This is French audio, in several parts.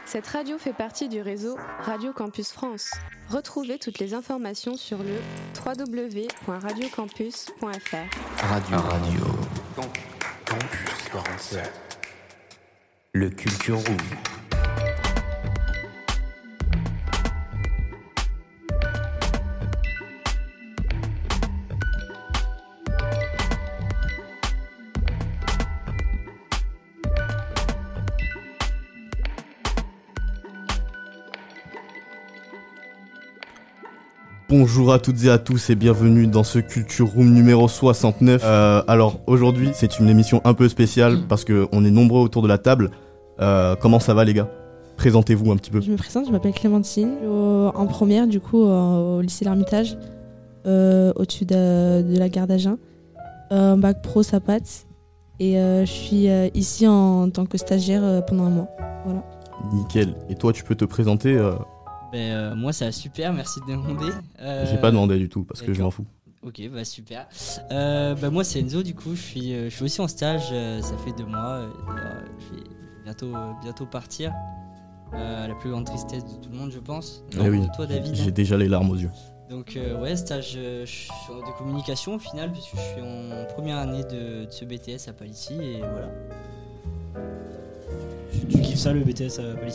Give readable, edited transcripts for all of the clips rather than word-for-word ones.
Cette radio fait partie du réseau Radio Campus France. Retrouvez toutes les informations sur le www.radiocampus.fr. Radio. Campus 47. Le Culture Room. Bonjour à toutes et à tous et bienvenue dans ce Culture Room numéro 69. Alors aujourd'hui c'est une émission un peu spéciale parce qu'on est nombreux autour de la table. Comment ça va les gars ? Présentez-vous un petit peu. Je me présente, je m'appelle Clémentine, en première du coup au lycée L'Ermitage, au-dessus de la gare d'Agen, bac pro Sapat, et je suis ici en tant que stagiaire pendant un mois. Voilà. Nickel. Et toi tu peux te présenter moi ça va super, merci de demander. J'ai pas demandé du tout parce que je m'en fous. Ok, bah super. Moi c'est Enzo, du coup je suis aussi en stage, ça fait 2 mois. Je vais bientôt partir. La plus grande tristesse de tout le monde je pense. Eh oui, toi David. J'ai déjà les larmes aux yeux. Donc stage je suis de communication au final puisque je suis en première année de ce BTS à Palissy et voilà. Tu kiffes ça le BTS à Palissy ?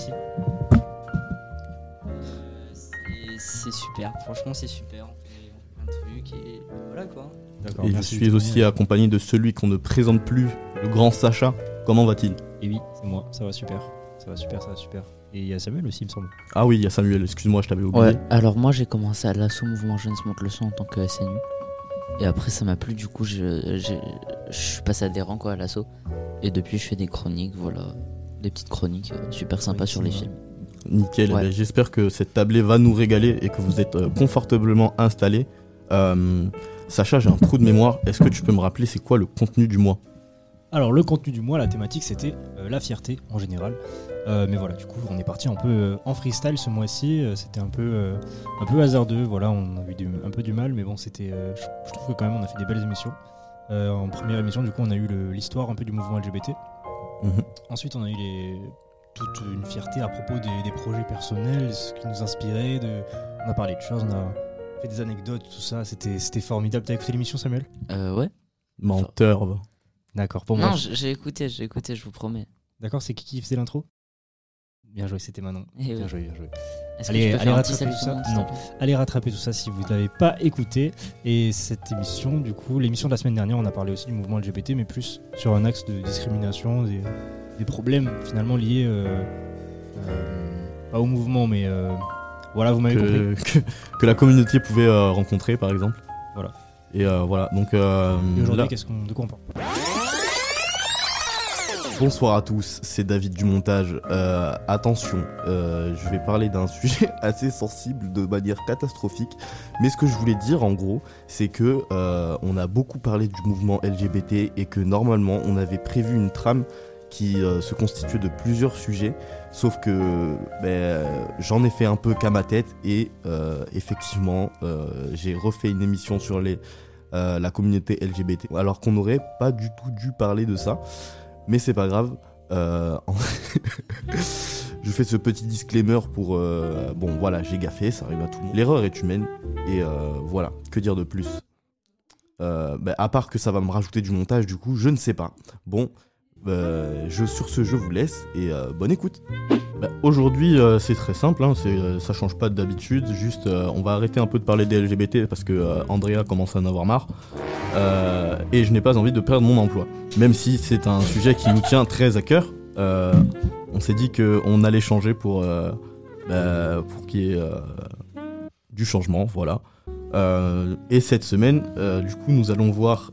C'est super, franchement c'est super, on fait plein de trucs et voilà quoi. D'accord, et je suis aussi accompagné de celui qu'on ne présente plus, le grand Sacha. Comment va-t-il ? Et oui, c'est moi, ça va super. Et il y a Samuel aussi il me semble. Ah oui, il y a Samuel, excuse-moi, je t'avais oublié. Ouais, alors moi j'ai commencé à l'assaut Mouvement Jeunesse Monte le Son en tant que SNU. Et après ça m'a plu, du coup je suis passé adhérent quoi à l'assaut. Et depuis je fais des chroniques, voilà. Des petites chroniques super sympas sur les films. Nickel, ouais. J'espère que cette tablée va nous régaler et que vous êtes confortablement installés. Sacha, j'ai un trou de mémoire, est-ce que tu peux me rappeler c'est quoi le contenu du mois ? Alors le contenu du mois, la thématique c'était la fierté en général. Mais voilà, du coup on est parti un peu en freestyle ce mois-ci, c'était un peu hasardeux, voilà, on a eu un peu du mal, mais bon c'était, je trouve que quand même on a fait des belles émissions. En première émission du coup on a eu l'histoire un peu du mouvement LGBT. Ensuite on a eu toute une fierté à propos des projets personnels, ce qui nous inspirait, on a parlé de choses, on a fait des anecdotes, tout ça, c'était formidable. T'as écouté l'émission Samuel ? Ouais. Menteur, va. D'accord, pour moi. Non, j'ai écouté, je vous promets. D'accord, c'est qui faisait l'intro ? Bien joué, c'était Manon. Et bien joué. Est-ce que tu peux faire un petit salut tout ça ? Non, allez rattraper tout ça si vous ne l'avez pas écouté. Et cette émission, du coup, l'émission de la semaine dernière, on a parlé aussi du mouvement LGBT, mais plus sur un axe de discrimination, des problèmes finalement liés pas au mouvement, mais voilà, vous m'avez compris. Que la communauté pouvait rencontrer, par exemple. Voilà. Et voilà, donc... et aujourd'hui, là... de quoi on parle ? Bonsoir à tous, c'est David du montage. Attention, je vais parler d'un sujet assez sensible de manière catastrophique. Mais ce que je voulais dire en gros, c'est que on a beaucoup parlé du mouvement LGBT et que normalement on avait prévu une trame qui se constituait de plusieurs sujets. Sauf que j'en ai fait un peu qu'à ma tête et effectivement j'ai refait une émission sur la communauté LGBT. Alors qu'on n'aurait pas du tout dû parler de ça. Mais c'est pas grave, je fais ce petit disclaimer pour... bon voilà, j'ai gaffé, ça arrive à tout le monde. L'erreur est humaine, et voilà, que dire de plus ? À part que ça va me rajouter du montage, du coup, je ne sais pas. Bon, sur ce, je vous laisse, et bonne écoute. Aujourd'hui, c'est très simple, hein, ça change pas d'habitude, juste on va arrêter un peu de parler des LGBT parce que Andrea commence à en avoir marre. Et je n'ai pas envie de perdre mon emploi. Même si c'est un sujet qui nous tient très à cœur, on s'est dit qu'on allait changer pour qu'il y ait du changement, voilà. Et cette semaine, du coup, nous allons voir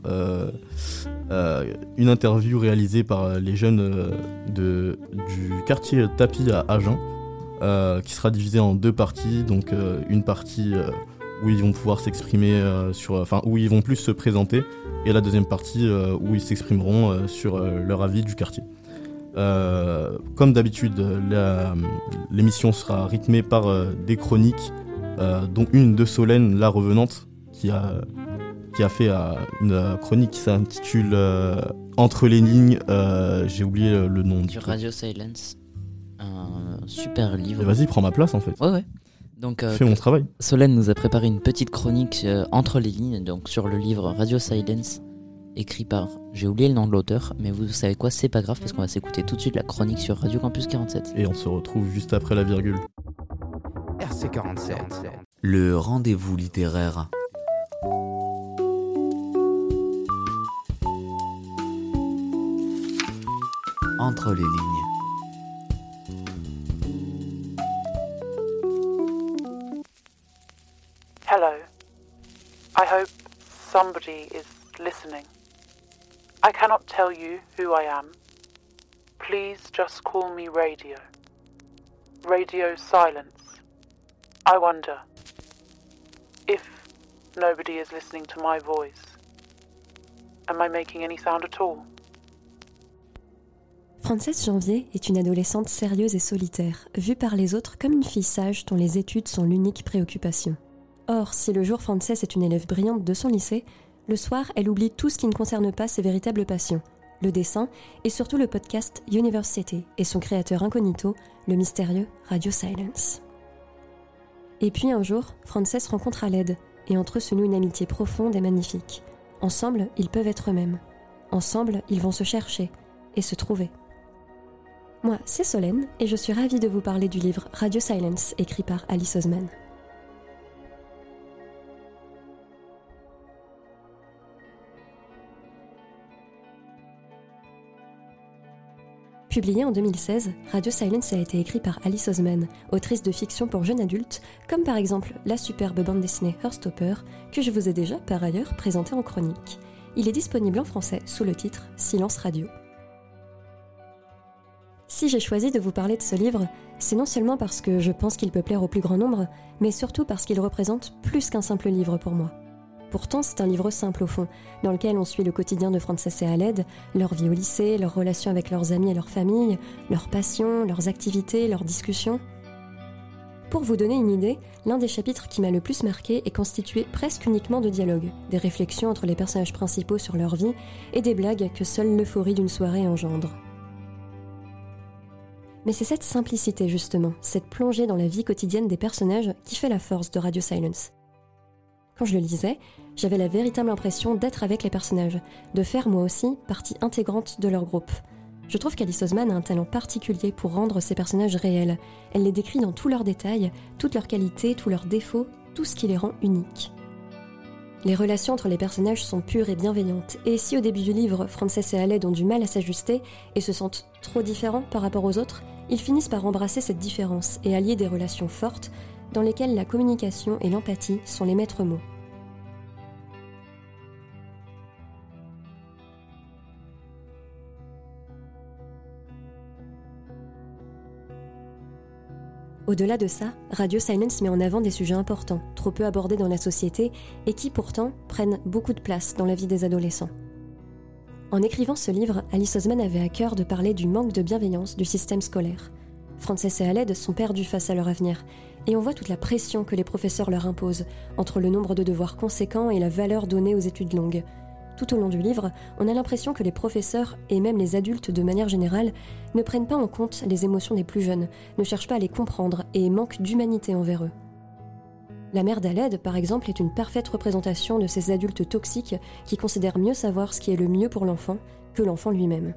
une interview réalisée par les jeunes du quartier Tapi à Agen, qui sera divisée en 2 parties. Donc une partie où ils vont pouvoir s'exprimer où ils vont plus se présenter, et la deuxième partie où ils s'exprimeront sur leur avis du quartier. Comme d'habitude, l'émission sera rythmée par des chroniques, dont une de Solène, la revenante, qui a fait une chronique qui s'intitule Entre les lignes, j'ai oublié le nom. Du Radio Silence. un super livre. Et vas-y, prends ma place en fait. Ouais. Donc, Fais mon travail. Solène nous a préparé une petite chronique entre les lignes, donc sur le livre Radio Silence, écrit par, j'ai oublié le nom de l'auteur, mais vous savez quoi, c'est pas grave parce qu'on va s'écouter tout de suite la chronique sur Radio Campus 47. Et on se retrouve juste après la virgule. RC47. Le rendez-vous littéraire. Entre les lignes. Hello. I hope somebody is listening. I cannot tell you who I am. Please just call me Radio. Radio Silence. I wonder if nobody is listening to my voice. Am I making any sound at all? Frances Janvier est une adolescente sérieuse et solitaire, vue par les autres comme une fille sage dont les études sont l'unique préoccupation. Or, si le jour Frances est une élève brillante de son lycée, le soir, elle oublie tout ce qui ne concerne pas ses véritables passions, le dessin et surtout le podcast University et son créateur incognito, le mystérieux Radio Silence. Et puis un jour, Frances rencontre Aled, et entre eux se noue une amitié profonde et magnifique. Ensemble, ils peuvent être eux-mêmes. Ensemble, ils vont se chercher et se trouver. Moi, c'est Solène, et je suis ravie de vous parler du livre Radio Silence, écrit par Alice Oseman. Publié en 2016, Radio Silence a été écrit par Alice Oseman, autrice de fiction pour jeunes adultes, comme par exemple la superbe bande dessinée Heartstopper, que je vous ai déjà par ailleurs présentée en chronique. Il est disponible en français sous le titre Silence Radio. Si j'ai choisi de vous parler de ce livre, c'est non seulement parce que je pense qu'il peut plaire au plus grand nombre, mais surtout parce qu'il représente plus qu'un simple livre pour moi. Pourtant, c'est un livre simple au fond, dans lequel on suit le quotidien de Frances et Aled, leur vie au lycée, leurs relations avec leurs amis et leurs familles, leurs passions, leurs activités, leurs discussions. Pour vous donner une idée, l'un des chapitres qui m'a le plus marqué est constitué presque uniquement de dialogues, des réflexions entre les personnages principaux sur leur vie et des blagues que seule l'euphorie d'une soirée engendre. Mais c'est cette simplicité justement, cette plongée dans la vie quotidienne des personnages qui fait la force de Radio Silence. Quand je le lisais, j'avais la véritable impression d'être avec les personnages, de faire moi aussi partie intégrante de leur groupe. Je trouve qu'Alice Oseman a un talent particulier pour rendre ces personnages réels. Elle les décrit dans tous leurs détails, toutes leurs qualités, tous leurs défauts, tout ce qui les rend uniques. Les relations entre les personnages sont pures et bienveillantes, et si au début du livre, Frances et Aled ont du mal à s'ajuster et se sentent trop différents par rapport aux autres, ils finissent par embrasser cette différence et allier des relations fortes dans lesquelles la communication et l'empathie sont les maîtres mots. Au-delà de ça, Radio Silence met en avant des sujets importants, trop peu abordés dans la société et qui pourtant prennent beaucoup de place dans la vie des adolescents. En écrivant ce livre, Alice Oseman avait à cœur de parler du manque de bienveillance du système scolaire. Frances et Aled sont perdus face à leur avenir, et on voit toute la pression que les professeurs leur imposent, entre le nombre de devoirs conséquents et la valeur donnée aux études longues. Tout au long du livre, on a l'impression que les professeurs, et même les adultes de manière générale, ne prennent pas en compte les émotions des plus jeunes, ne cherchent pas à les comprendre et manquent d'humanité envers eux. La mère d'Aled, par exemple, est une parfaite représentation de ces adultes toxiques qui considèrent mieux savoir ce qui est le mieux pour l'enfant que l'enfant lui-même.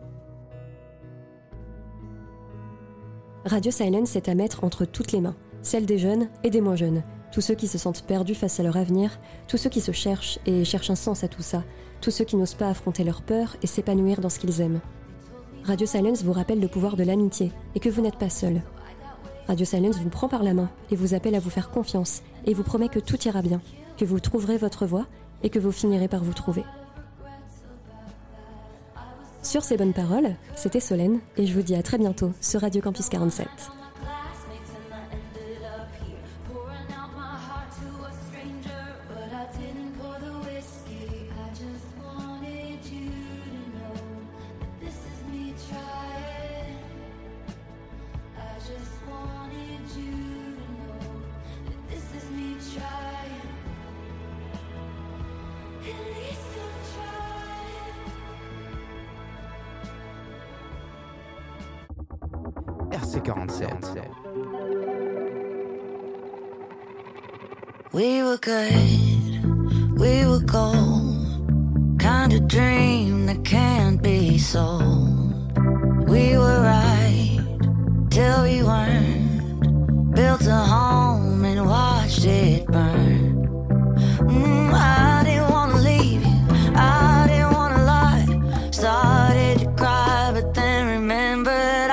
Radio Silence est à mettre entre toutes les mains, celles des jeunes et des moins jeunes, tous ceux qui se sentent perdus face à leur avenir, tous ceux qui se cherchent et cherchent un sens à tout ça, tous ceux qui n'osent pas affronter leurs peurs et s'épanouir dans ce qu'ils aiment. Radio Silence vous rappelle le pouvoir de l'amitié et que vous n'êtes pas seul. Radio Silence vous prend par la main et vous appelle à vous faire confiance et vous promet que tout ira bien, que vous trouverez votre voie et que vous finirez par vous trouver. Sur ces bonnes paroles, c'était Solène et je vous dis à très bientôt sur Radio Campus 47. RC47. We were good, we were gold, kind of dream that can't be sold. We were right till we weren't, built a home and watched it burn. I didn't wanna leave you, I didn't wanna lie, started to cry but then remembered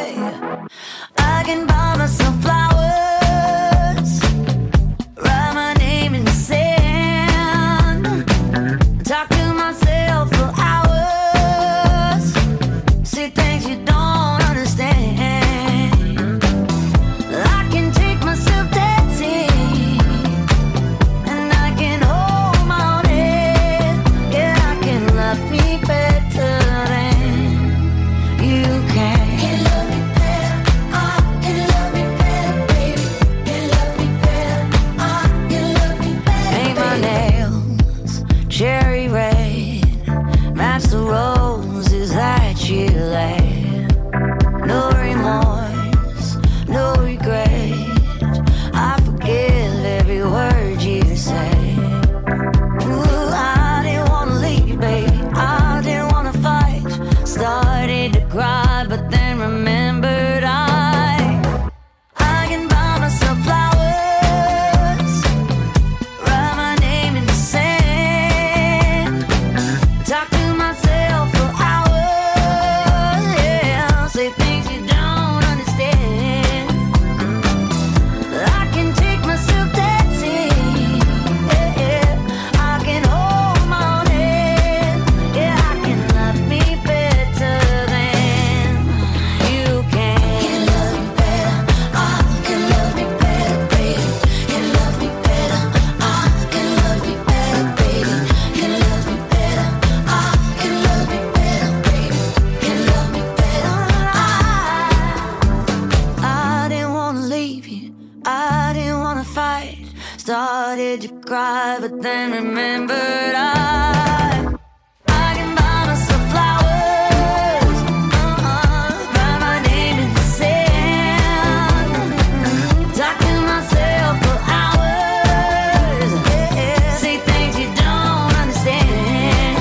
I can buy myself flowers, write my name in the sand, talk to myself for hours, see things you don't understand. I can take myself dancing, and I can hold my own head. Yeah, I can love me better than you can. Can love me better, I can love me better, baby. Can love me better, I can love me better. Paint my nails cherry red, match the roses that you laid. No remorse, no regret, I forgive every word you say. Ooh, I didn't wanna leave, baby, I didn't wanna fight, started to cry but then remembered I can buy myself flowers, write my name in the sand, talk to myself for hours, yeah, say things you don't understand. I can take myself dancing, yeah, I can hold my own head, yeah, I can love me better than you can. Can love me better, I can love me better, baby. Can love me better, I can love me better, baby. Can love me better, I can love me better, baby. Can love me better, I didn't wanna leave you, I didn't wanna fight, started to cry but then remembered I can buy myself flowers, write my name in the sand, talk to myself for hours, say things you don't understand.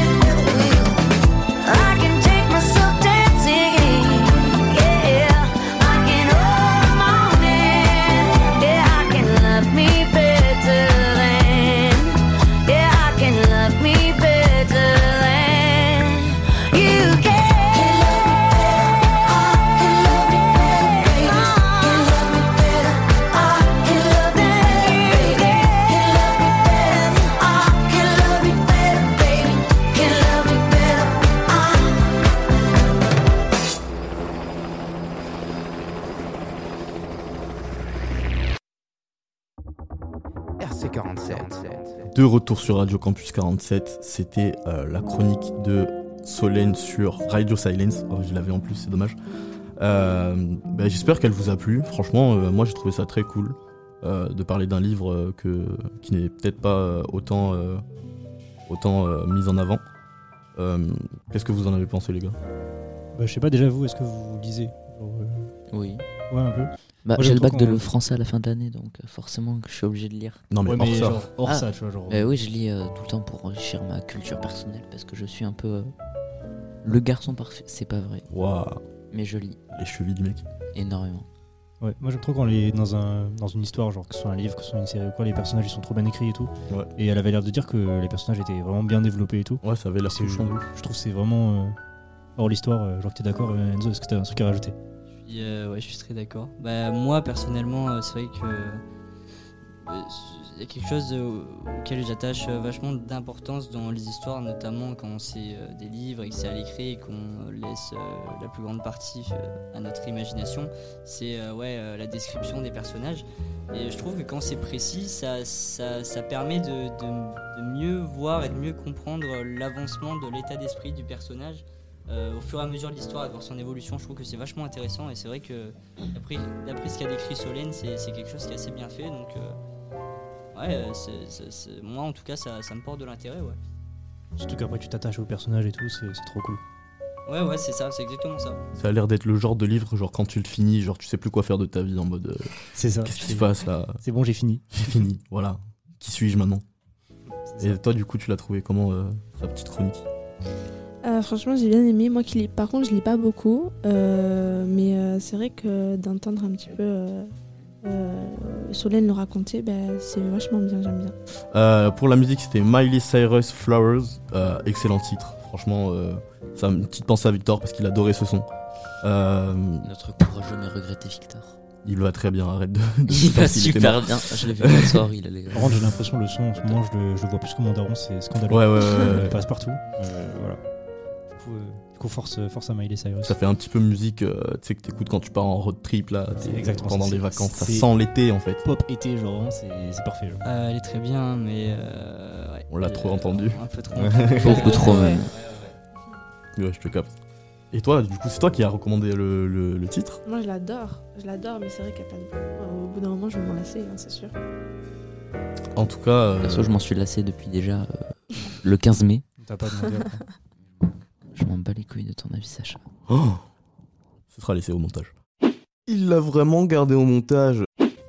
I can take myself dancing, yeah, I can hold my own hand, yeah, I can love me better than, yeah, I can love me better than you can. Can love me better, I can love me better, baby. Can love me better, I can love me better, baby. Can love me better, RC47. De retour sur Radio Campus 47, c'était la chronique de Solène sur Radio Silence. Oh, je l'avais en plus, c'est dommage. J'espère qu'elle vous a plu. Franchement, moi j'ai trouvé ça très cool de parler d'un livre qui n'est peut-être pas autant mis en avant. Qu'est-ce que vous en avez pensé, les gars? Je sais pas, déjà vous, est-ce que vous lisez? Oui. Ouais, un peu. Bah, Moi, j'ai j'aime le bac trop de quand- le français à la fin de l'année, donc forcément que je suis obligé de lire. Non, mais Ouais, hors ça. genre, hors Ah. ça, tu vois, genre. Oui, je lis tout le temps pour enrichir ma culture personnelle parce que je suis un peu le garçon parfait. C'est pas vrai, Waouh, mais je lis les chevilles du mec. énormément. Ouais, moi j'aime trop quand les dans une histoire, genre que ce soit un livre, que ce soit une série ou quoi, les personnages ils sont trop bien écrits et tout. Ouais. Et elle avait l'air de dire que les personnages étaient vraiment bien développés et tout. Ouais, ça avait l'air C'est- touchant. Je trouve que c'est vraiment hors l'histoire. Genre que t'es d'accord, Enzo, est-ce que t'as un truc à rajouter? Ouais, je suis très d'accord. Bah, moi, personnellement, c'est vrai que il y a quelque chose auquel j'attache vachement d'importance dans les histoires, notamment quand c'est des livres et que c'est à l'écrit et qu'on laisse la plus grande partie à notre imagination. C'est la description des personnages. Et je trouve que quand c'est précis, ça permet de mieux voir et de mieux comprendre l'avancement de l'état d'esprit du personnage. Au fur et à mesure de l'histoire et voir son évolution, je trouve que c'est vachement intéressant, et c'est vrai que d'après ce qu'a décrit Solène, c'est quelque chose qui est assez bien fait, donc moi en tout cas ça me porte de l'intérêt, ouais. Surtout qu'après tu t'attaches au personnage et tout, c'est trop cool. Ouais, c'est ça, c'est exactement ça. Ça a l'air d'être le genre de livre, genre quand tu le finis, genre tu sais plus quoi faire de ta vie en mode C'est ça. qu'est-ce qui se passe là? C'est bon, j'ai fini. J'ai fini, voilà. Qui suis-je maintenant? C'est Et ça. toi, du coup, tu l'as trouvé comment sa petite chronique? Franchement, j'ai bien aimé. Moi qui lis, par contre, je lis pas beaucoup, mais c'est vrai que d'entendre un petit peu Solène le raconter, c'est vachement bien, j'aime bien. Pour la musique, c'était Miley Cyrus Flowers, excellent titre. Franchement, ça a une petite pensée à Victor parce qu'il adorait ce son. Notre courageux mais regretté Victor. Il va très bien, arrête de. Il va il était super mort. bien. Je l'ai vu hier soir, il allait. Par contre, j'ai l'impression le son en ce moment, je le vois plus que mon daron, c'est scandaleux. Ouais. Il passe partout. Voilà. Du coup, force à Miley Cyrus. Ça fait un petit peu musique, tu sais, que t'écoutes quand tu pars en road trip là, C'est exactement pendant ça. les vacances. Ça C'est- sent l'été en fait. Pop été, genre, vraiment, c'est parfait. Genre. Elle est très bien, mais. Ouais. On l'a trop entendu. Un peu trop. Beaucoup trop, même. Ouais, je te capte. Et toi, du coup, c'est toi qui as recommandé le titre? Moi, je l'adore, mais c'est vrai qu'à au bout d'un moment, je vais m'en lasser, hein, c'est sûr. En tout cas, Perso, je m'en suis lassé depuis déjà le 15 mai. T'as pas demandé après. Je m'en bats les couilles de ton avis, Sacha. oh, ce sera laissé au montage. Il l'a vraiment gardé au montage.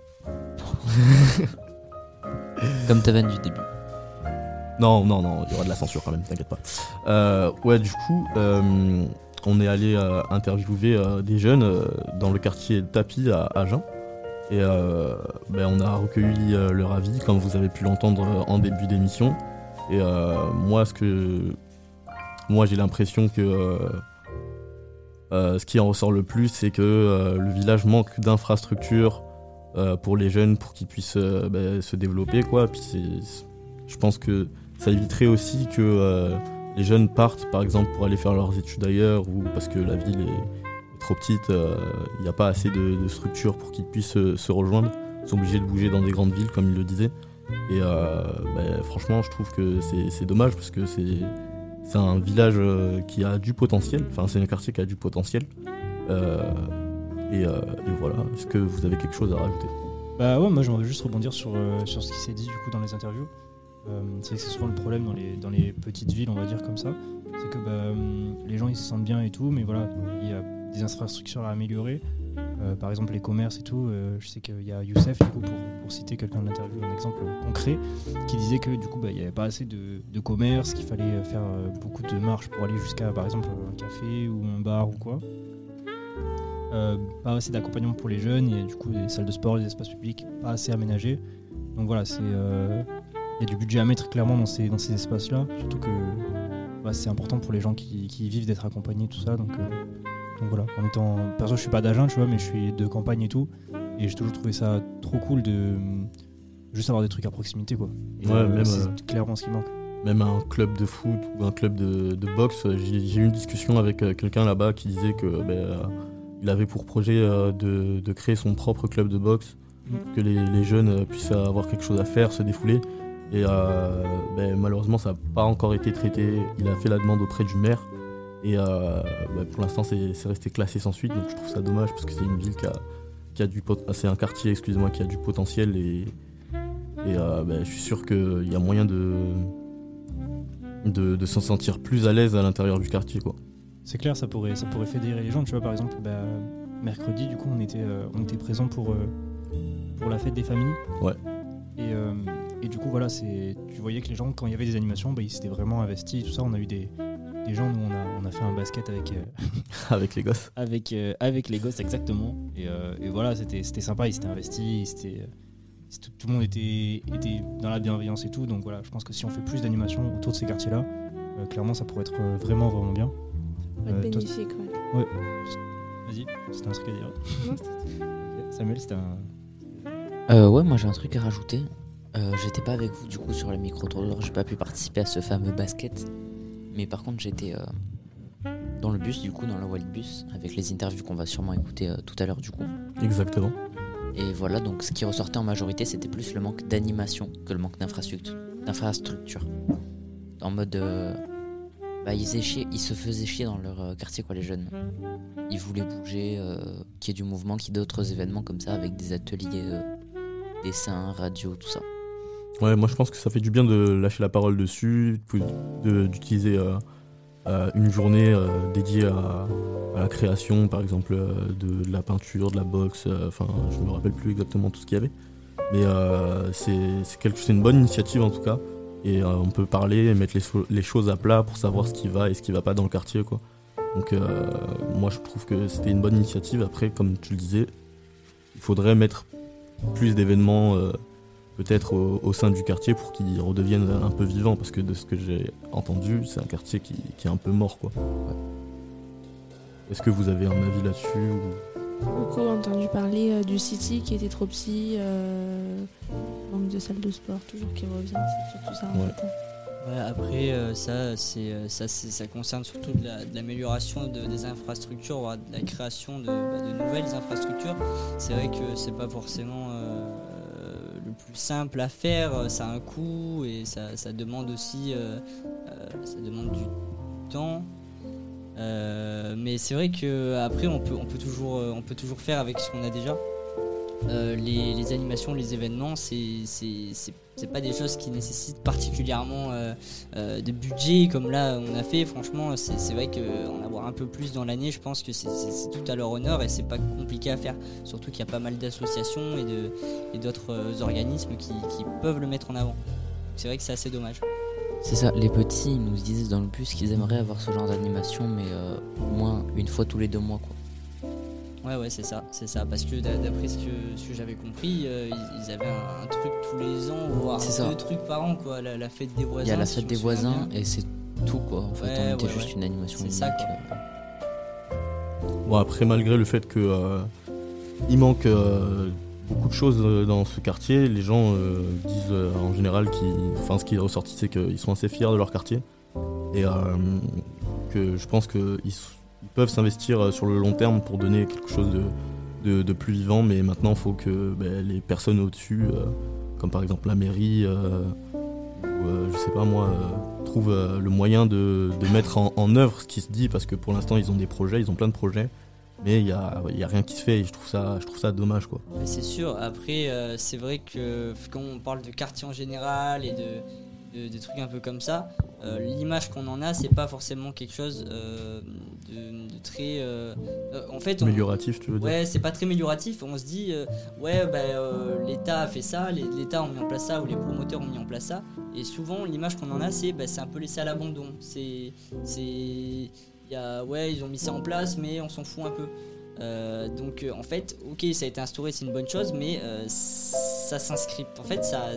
Comme ta vanne du début. Non, il y aura de la censure quand même, t'inquiète pas. Ouais, du coup, on est allé interviewer des jeunes dans le quartier Tapi à Agen. Et on a recueilli leur avis, comme vous avez pu l'entendre en début d'émission. Et moi, j'ai l'impression que ce qui en ressort le plus, c'est que le village manque d'infrastructures pour les jeunes, pour qu'ils puissent se développer, quoi. Puis je pense que ça éviterait aussi que les jeunes partent, par exemple, pour aller faire leurs études ailleurs, ou parce que la ville est trop petite, il n'y a pas assez de structures pour qu'ils puissent se rejoindre. Ils sont obligés de bouger dans des grandes villes, comme il le disait. Et franchement, je trouve que c'est dommage, parce que c'est un village qui a du potentiel, enfin c'est un quartier qui a du potentiel. Et voilà, est-ce que vous avez quelque chose à rajouter? Bah ouais, moi j'aimerais juste rebondir sur ce qui s'est dit du coup dans les interviews. C'est que c'est souvent le problème dans les petites villes, on va dire comme ça. C'est que les gens ils se sentent bien et tout, mais voilà, il y a des infrastructures à améliorer. Par exemple les commerces et tout. Je sais qu'il y a Youssef, du coup, pour citer quelqu'un de l'interview, un exemple concret, qui disait que du coup il n'y avait pas assez de commerce, qu'il fallait faire beaucoup de marches pour aller jusqu'à par exemple un café ou un bar ou quoi. Pas assez d'accompagnement pour les jeunes, et du coup des salles de sport, des espaces publics pas assez aménagés. Donc voilà, il y a du budget à mettre clairement dans ces espaces-là, surtout que c'est important pour les gens qui y vivent d'être accompagnés, tout ça. Donc voilà, perso je suis pas d'Agen, tu vois, mais je suis de campagne et tout, et j'ai toujours trouvé ça trop cool de juste avoir des trucs à proximité, quoi. Et Ouais, c'est clairement ce qui manque. Même un club de foot ou un club de boxe, j'ai eu une discussion avec quelqu'un là-bas qui disait que il avait pour projet de créer son propre club de boxe, que les jeunes puissent avoir quelque chose à faire, se défouler. Et malheureusement, ça n'a pas encore été traité. Il a fait la demande auprès du maire. Et pour l'instant, c'est resté classé sans suite. Donc je trouve ça dommage, parce que c'est une ville qui a c'est un quartier, excusez-moi, qui a du potentiel. Et je suis sûr qu'il y a moyen de s'en sentir plus à l'aise à l'intérieur du quartier, quoi. C'est clair, ça pourrait fédérer les gens, tu vois. Par exemple, mercredi, du coup, on était présents pour la fête des familles. Ouais. Et du coup, voilà, tu voyais que les gens, quand il y avait des animations, ils s'étaient vraiment investis, tout ça. On a eu des gens, nous, on a fait un basket avec avec les gosses. avec les gosses, exactement. Et voilà, c'était sympa, ils s'étaient investis, tout le monde était dans la bienveillance et tout. Donc voilà, je pense que si on fait plus d'animations autour de ces quartiers-là, clairement, ça pourrait être vraiment, vraiment bien. Bénéfique, ouais. Ouais. Vas-y, c'était un truc à dire. Non, Samuel, c'était un... Ouais, moi j'ai un truc à rajouter. J'étais pas avec vous du coup sur le micro-trottoir, j'ai pas pu participer à ce fameux basket. Mais par contre j'étais dans le bus, du coup, dans la Wildbus, avec les interviews qu'on va sûrement écouter tout à l'heure du coup. Exactement. Et voilà, donc ce qui ressortait en majorité, c'était plus le manque d'animation que le manque d'infrastructure. En mode... ils se faisaient chier dans leur quartier, quoi, les jeunes. Ils voulaient bouger, qu'il y ait du mouvement, qu'il y ait d'autres événements comme ça, avec des ateliers dessin, radio, tout ça. Ouais, moi je pense que ça fait du bien de lâcher la parole dessus, d'utiliser une journée dédiée à la création, par exemple de la peinture, de la boxe, je me rappelle plus exactement tout ce qu'il y avait. Mais c'est une bonne initiative en tout cas. Et on peut parler et mettre les choses à plat pour savoir ce qui va et ce qui va pas dans le quartier, quoi. Donc moi je trouve que c'était une bonne initiative. Après, comme tu le disais, il faudrait mettre plus d'événements peut-être au sein du quartier pour qu'ils redeviennent un peu vivants, parce que de ce que j'ai entendu, c'est un quartier qui est un peu mort, quoi. Ouais. Est-ce que vous avez un avis là-dessus ou... Beaucoup entendu parler du City qui était trop petit, manque de salles de sport toujours qui revient, c'est surtout ça en fait. Ouais, après ça concerne surtout de l'amélioration des infrastructures, voire de la création de nouvelles infrastructures. C'est vrai que c'est pas forcément le plus simple à faire, ça a un coût et ça demande aussi ça demande du temps. Mais c'est vrai que après on peut toujours faire avec ce qu'on a déjà. Les animations, les événements, c'est pas des choses qui nécessitent particulièrement de budget comme là on a fait. Franchement, c'est vrai qu'en avoir un peu plus dans l'année, je pense que c'est tout à leur honneur et c'est pas compliqué à faire. Surtout qu'il y a pas mal d'associations et d'autres organismes qui peuvent le mettre en avant. C'est vrai que c'est assez dommage. C'est ça, les petits ils nous disaient dans le bus qu'ils aimeraient avoir ce genre d'animation, mais au moins une fois tous les 2 mois, quoi. Ouais, c'est ça, parce que d'après ce que j'avais compris, ils avaient un truc tous les ans, voire 2 trucs par an, quoi. La fête des voisins. Il y a la fête des voisins et c'est tout, quoi. En fait, on était juste une animation. C'est ça, quoi. Bon, après, malgré le fait que il manque beaucoup de choses dans ce quartier, les gens disent en général ce qui est ressorti, c'est qu'ils sont assez fiers de leur quartier et que je pense qu'ils peuvent s'investir sur le long terme pour donner quelque chose de plus vivant, mais maintenant il faut que les personnes au-dessus, comme par exemple la mairie ou je sais pas moi, trouvent le moyen de mettre en œuvre ce qui se dit, parce que pour l'instant ils ont des projets, ils ont plein de projets, mais il y a rien qui se fait et je trouve ça dommage, quoi. Mais c'est sûr, après c'est vrai que quand on parle de quartier en général et de trucs un peu comme ça, l'image qu'on en a, c'est pas forcément quelque chose de très en fait amélioratif, tu veux dire. Ouais, c'est pas très amélioratif. On se dit l'État a fait ça, l'État a mis en place ça, ou les promoteurs ont mis en place ça, et souvent l'image qu'on en a, c'est un peu laissé à l'abandon. Ils ont mis ça en place, mais on s'en fout un peu. Donc en fait, ok, ça a été instauré, c'est une bonne chose, mais ça s'inscrit. En fait, ça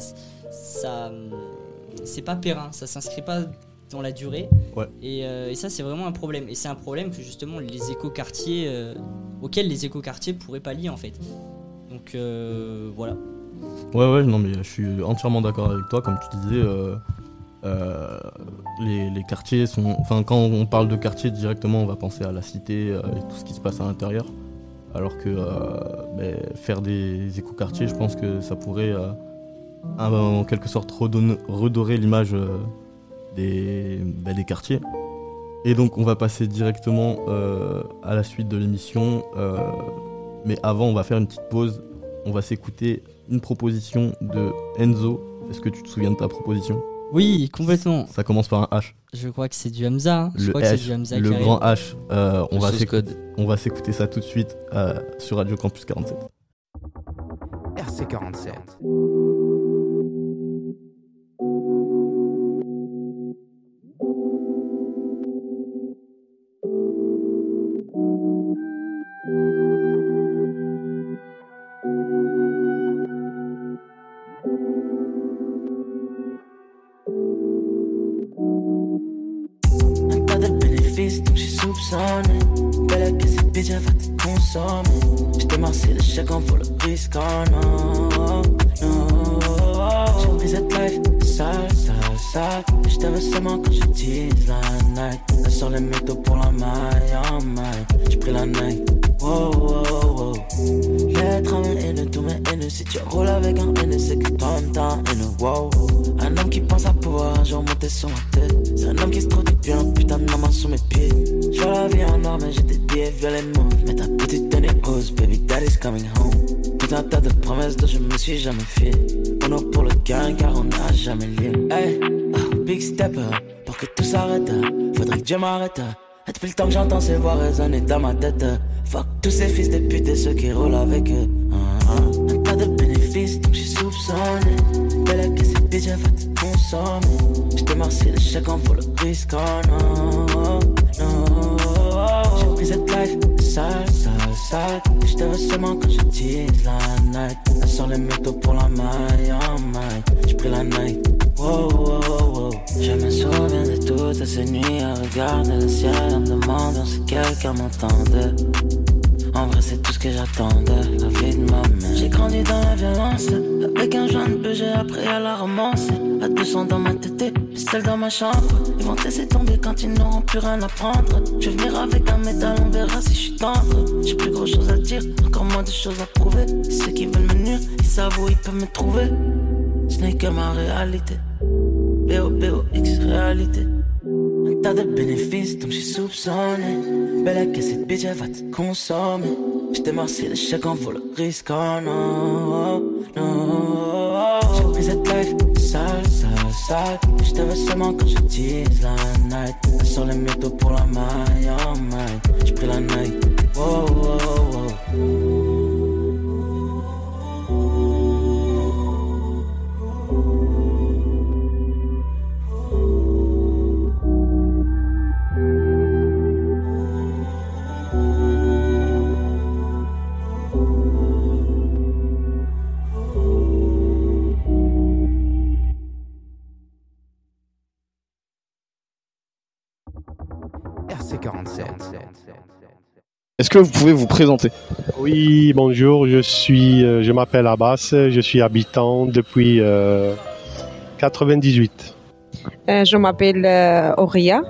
c'est pas périn, ça s'inscrit pas dans la durée. Ouais. Et ça, c'est vraiment un problème. Et c'est un problème que justement les écoquartiers, auxquels les écoquartiers pourraient pallier, en fait. Donc voilà. Ouais, non, mais je suis entièrement d'accord avec toi. Comme tu disais, les quartiers sont... Enfin, quand on parle de quartier, directement, on va penser à la cité et tout ce qui se passe à l'intérieur. Alors que faire des écoquartiers, je pense que ça pourrait en quelque sorte redorer l'image des quartiers. Et donc, on va passer directement à la suite de l'émission. Mais avant, on va faire une petite pause. On va s'écouter une proposition de Enzo. Est-ce que tu te souviens de ta proposition ? Oui, complètement. Ça commence par un H. Je crois que c'est du Hamza. Hein. Le grand H. On va s'écouter ça tout de suite sur Radio Campus 47. RC47. Donc j'suis soupçonné. Belle que cette bitch elle va te consommer. J't'ai marcé de chacun pour le risque. Oh non, non. J'ai pris cette life sale. Je t'avais seulement quand je tease la night. Elle sort les métaux pour la maille en maille. J'ai pris la night. Wow. L'être à mes haineux, tous mes haineux. Si tu roules avec un haineux, c'est que toi-même t'as un haineux. Wow. Un homme qui pense à pouvoir un jour monter sur ma tête. C'est un homme qui se trouve depuis un putain de maman sous mes pieds. Je vois la vie en or, mais j'ai des billets violemment. Mais ta petite tenue rose, baby daddy's coming home. Tout un tas de promesses dont je me suis jamais fié. On a pour le gain car on n'a jamais lié. Hey, big stepper. pour que tout s'arrête. Faudrait que Dieu m'arrête. Et depuis le temps que j'entends ces voix résonner dans ma tête. Fuck tous ces fils de pute et ceux qui roulent avec eux. Un tas de bénéfices donc j'ai soupçonné. Belle que cette bitch elle va te consommer. J't'ai marcé de chèque en vaut le risque. Oh non, non. J'ai pris cette life sale, sale, sale. Je te veux seulement quand j'utilise la night. Elle sort les métaux pour la maille en maille. J'ai pris la night. Wow, wow, wow. Je me souviens de toutes ces nuits à regarder le ciel, en me demandant si quelqu'un m'entendait. En vrai c'est tout ce que j'attendais, la vie de ma mère. J'ai grandi dans la violence, avec un jeune peu j'ai appris à la romance. À 200 dans ma tête, celle dans ma chambre. Ils vont te laisser tomber quand ils n'auront plus rien à prendre. Je vais venir avec un métal, on verra si je suis tendre. J'ai plus gros chose à dire, encore moins de choses à prouver. Ceux qui veulent me nuire, ils savent où ils peuvent me trouver. Ce n'est que ma réalité, B.O.B.O.X réalité. Un tas de bénéfices donc j'ai soupçonné. Belle que cette bitch elle va te consommer. J't'ai marcé de chèque en vaut le risque. Oh non, non. J'ai pris cette life sale, sale, sale. J'te veux seulement quand j'utilise la night. Elle sort les métaux pour la maille en maille. J'ai pris la night. Wow, wow, wow. RC47. Est-ce que vous pouvez vous présenter? Oui, bonjour, je m'appelle Abbas, je suis habitant depuis 98. Je m'appelle Auria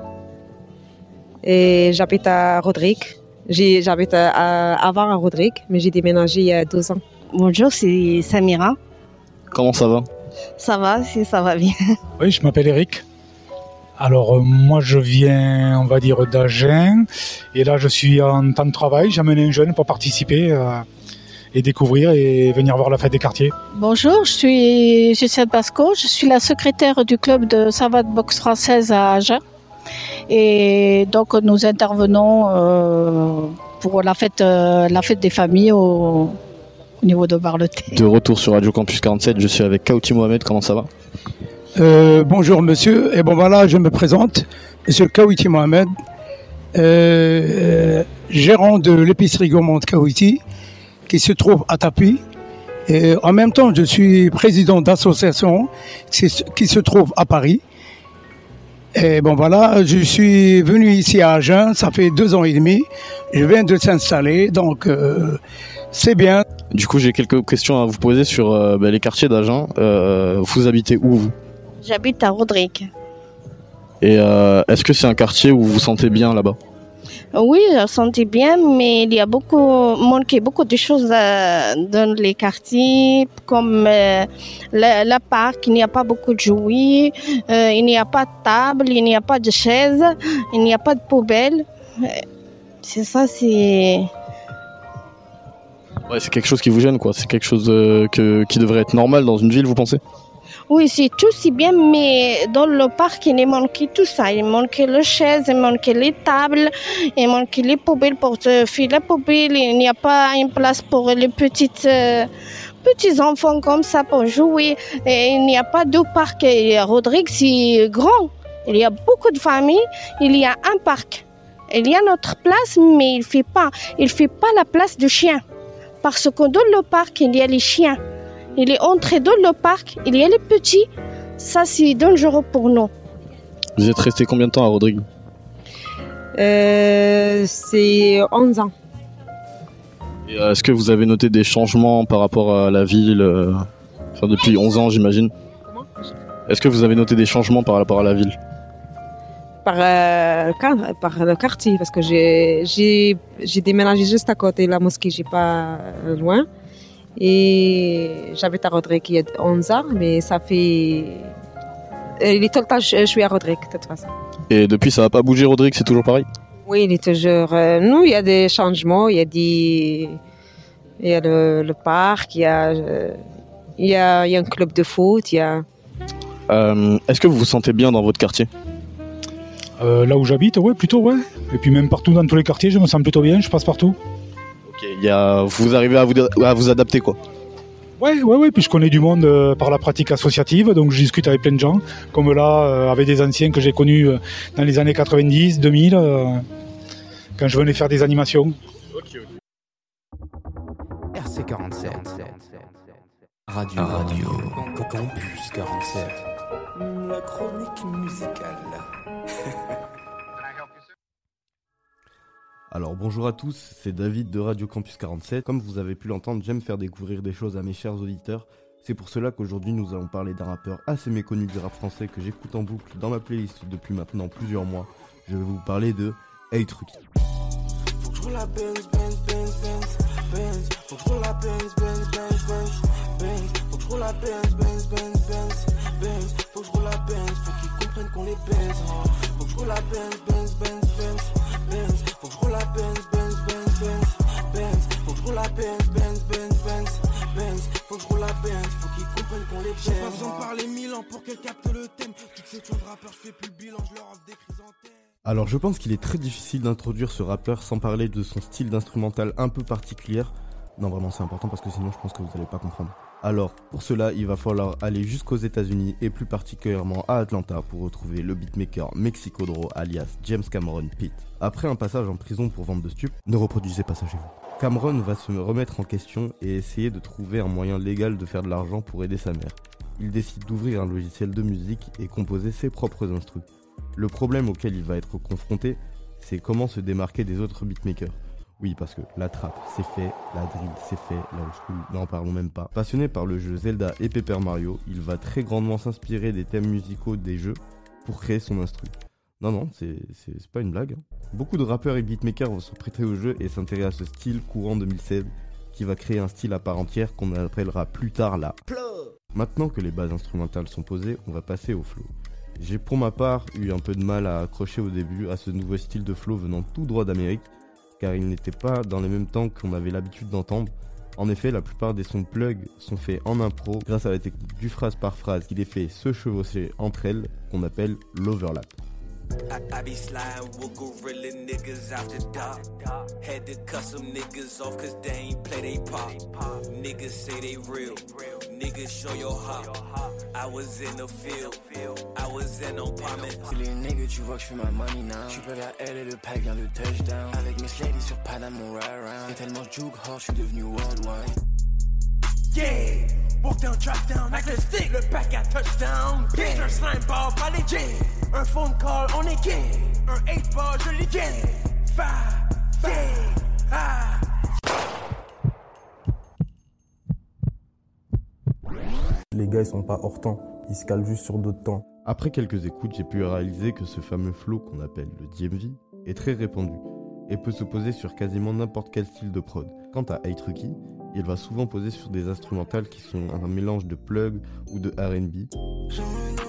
et j'habite à Rodrigue. J'habite avant à Rodrigue, mais j'ai déménagé il y a 2 ans. Bonjour, c'est Samira. Comment ça va? Ça va, si ça va bien. Oui, je m'appelle Eric. Alors moi je viens, on va dire, d'Agen et là je suis en temps de travail, j'ai amené un jeune pour participer et découvrir et venir voir la fête des quartiers. Bonjour, je suis Gisèle Basco, je suis la secrétaire du club de savate boxe française à Agen et donc nous intervenons pour la fête des familles au niveau de Bar-le-Thé. De retour sur Radio Campus 47, je suis avec Kaouti Mohamed, comment ça va? Bonjour monsieur, et bon voilà, je me présente, monsieur Kaouti Mohamed, gérant de l'épicerie gourmande Kaouti, qui se trouve à Tapi. Et en même temps, je suis président d'association qui se trouve à Paris. Et bon voilà, je suis venu ici à Agen, ça fait 2 ans et demi, je viens de s'installer, donc c'est bien. Du coup, j'ai quelques questions à vous poser sur les quartiers d'Agen. Vous habitez où, vous? J'habite à Rodrigue. Et est-ce que c'est un quartier où vous vous sentez bien là-bas? Oui, je me sentais bien, mais il y a manqué beaucoup de choses dans les quartiers, comme le parc, il n'y a pas beaucoup de jouets, il n'y a pas de table, il n'y a pas de chaise, il n'y a pas de poubelle. C'est ça, c'est... Ouais, c'est quelque chose qui vous gêne, quoi. C'est quelque chose qui devrait être normal dans une ville, vous pensez? Oui, c'est tout si bien, mais dans le parc, il manquait tout ça. Il manquait les chaises, il manquait les tables, il manquait les poubelles pour faire la poubelle. Il n'y a pas une place pour les petits enfants comme ça pour jouer. Et il n'y a pas de parc. Et Rodrigue, c'est grand. Il y a beaucoup de familles. Il y a un parc. Il y a notre place, mais il fait pas la place de chien. Parce que dans le parc, il y a les chiens. Il est entré dans le parc, il y a les petits. Ça, c'est dangereux pour nous. Vous êtes resté combien de temps à Rodrigue? C'est 11 ans. Et est-ce que vous avez noté des changements par rapport à la ville depuis 11 ans, j'imagine. Comment? Est-ce que vous avez noté des changements par rapport à la ville? Par le quartier, parce que j'ai déménagé juste à côté de la mosquée, j'ai pas loin. Et j'habite à Rodrigue il y a 11 ans, mais ça fait... Il est tout le temps, je suis à Rodrigue, de toute façon. Et depuis, ça n'a pas bougé, Rodrigue, c'est toujours pareil? Oui, il est toujours... nous, il y a des changements, il y a le parc, il y a un club de foot, il y a... Est-ce que vous vous sentez bien dans votre quartier? Là où j'habite, ouais, plutôt, ouais. Et puis même partout dans tous les quartiers, je me sens plutôt bien, je passe partout. Ok, vous arrivez à vous adapter quoi. Ouais, puis je connais du monde par la pratique associative, donc je discute avec plein de gens, comme là, avec des anciens que j'ai connus dans les années 90, 2000, quand je venais faire des animations. RC47 Radio Campus 47. La chronique musicale. Alors bonjour à tous, c'est David de Radio Campus 47. Comme vous avez pu l'entendre, j'aime faire découvrir des choses à mes chers auditeurs. C'est pour cela qu'aujourd'hui nous allons parler d'un rappeur assez méconnu du rap français que j'écoute en boucle dans ma playlist depuis maintenant plusieurs mois. Je vais vous parler de A-Truc. Faut que je roule la Benz. Faut que je roule la Benz. Faut que je roule la Benz. Faut que je roule la Benz. Faut qu'ils comprennent qu'on les baise. Faut que je roule la Benz. Faut que je roule la Benz. Faut que je roule la Benz. Faut que je roule la Benz. Faut qu'ils comprennent qu'on les baise. J'ai pas besoin de parler 1000 ans pour qu'elle capte le thème. Toutes ces tunes de rappeurs, je fais plus le bilan, je leur offre des chrysanthèmes. Alors je pense qu'il est très difficile d'introduire ce rappeur sans parler de son style d'instrumental un peu particulier. Non vraiment c'est important parce que sinon je pense que vous n'allez pas comprendre. Alors pour cela il va falloir aller jusqu'aux États-Unis et plus particulièrement à Atlanta pour retrouver le beatmaker Mexicodro alias James Cameron Pitt. Après un passage en prison pour vente de stupes, ne reproduisez pas ça chez vous. Cameron va se remettre en question et essayer de trouver un moyen légal de faire de l'argent pour aider sa mère. Il décide d'ouvrir un logiciel de musique et composer ses propres instrus. Le problème auquel il va être confronté, c'est comment se démarquer des autres beatmakers. Oui, parce que la trap, c'est fait, la drill, c'est fait, la old school, n'en parlons même pas. Passionné par le jeu Zelda et Paper Mario, il va très grandement s'inspirer des thèmes musicaux des jeux pour créer son instru. Non, c'est pas une blague. Beaucoup de rappeurs et beatmakers vont se prêter au jeu et s'intéresser à ce style courant 2016 qui va créer un style à part entière qu'on appellera plus tard la Plug. Maintenant que les bases instrumentales sont posées, on va passer au flow. J'ai pour ma part eu un peu de mal à accrocher au début à ce nouveau style de flow venant tout droit d'Amérique, car il n'était pas dans les mêmes temps qu'on avait l'habitude d'entendre. En effet, la plupart des sons plug sont faits en impro grâce à la technique du phrase par phrase qui les fait se chevaucher entre elles, qu'on appelle l'overlap. I be sliding with gorilla niggas after dark. Had to cut some niggas off cause they ain't play they pop. Niggas say they real. Niggas show your hop. I was in the field. I was in no promise. C'est les niggas, tu vois que je fais ma money now. Je peux vers elle et le pack vient de touchdown. Avec mes ladies sur Panama, mon ride around. Y'a tellement de juke hard, je suis devenu worldwide. Yeah! Walk down, drop down, avec le stick, le pack à touchdown. Bigger slime ball, pas les jeans. Un phone call, on est game. Un 8 ball, je l'ai game. Les gars ils sont pas hors temps, ils se calent juste sur d'autres temps. Après quelques écoutes, j'ai pu réaliser que ce fameux flow qu'on appelle le DMV est très répandu et peut se poser sur quasiment n'importe quel style de prod. Quant à A-Truc, il va souvent poser sur des instrumentales qui sont un mélange de plug ou de R&B. J'en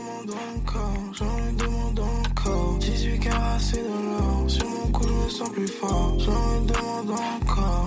me demande encore, 18 carats c'est de l'or, sur mon cou je me sens plus fort. J'en me demande encore.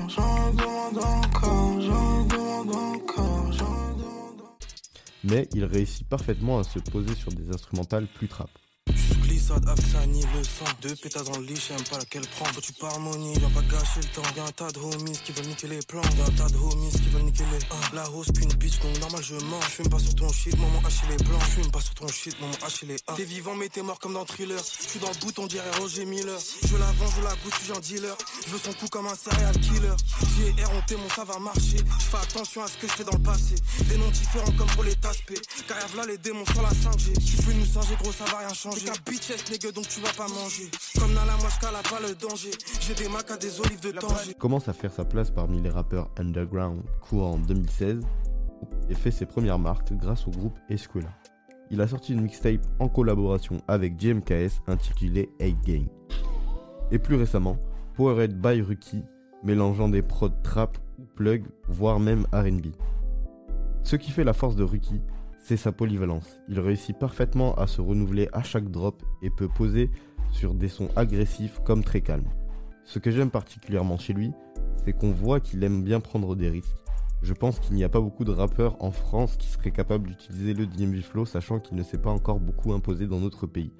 Mais il réussit parfaitement à se poser sur des instrumentales plus trap. Glissade, Afsani, le sang, deux pétasses dans le lit, j'aime pas laquelle prendre. Faut tu pas harmonie, viens pas gâcher le temps. Y'a un tas de homies qui veulent niquer les plans. Y'a un tas de homies qui veulent niquer les la hausse qu'une bitch, donc normal je mens. J'fume pas sur ton shit, maman haché les blancs. J'fume pas sur ton shit, maman haché les T'es vivant mais t'es mort comme dans Thriller. J'suis dans le bouton, dirait Roger Miller. Je la vends, je la goûte, j'suis un dealer. Je veux son coup comme un serial killer. J.R. on témoin, ça va marcher. J'fais attention à ce que j'fais dans le passé. Des noms différents comme pour les taspés. Car y'a v'là les démons sur la 5G. Tu peux nous singer, gros, ça va rien changer. Bitches, nigga, donc tu vas pas manger. Comme Nala, moi j'cale pas le danger. J'ai des macs à des olives de danger. Commence à faire sa place parmi les rappeurs underground courant en 2016 et fait ses premières marques grâce au groupe Escuela. Il a sorti une mixtape en collaboration avec JMKS intitulée 8 Gang. Et plus récemment, Powerhead by Ruki, mélangeant des prods trap ou plug, voire même R&B. Ce qui fait la force de Ruki, c'est sa polyvalence. Il réussit parfaitement à se renouveler à chaque drop et peut poser sur des sons agressifs comme très calmes. Ce que j'aime particulièrement chez lui, c'est qu'on voit qu'il aime bien prendre des risques. Je pense qu'il n'y a pas beaucoup de rappeurs en France qui seraient capables d'utiliser le DMV Flow, sachant qu'il ne s'est pas encore beaucoup imposé dans notre pays.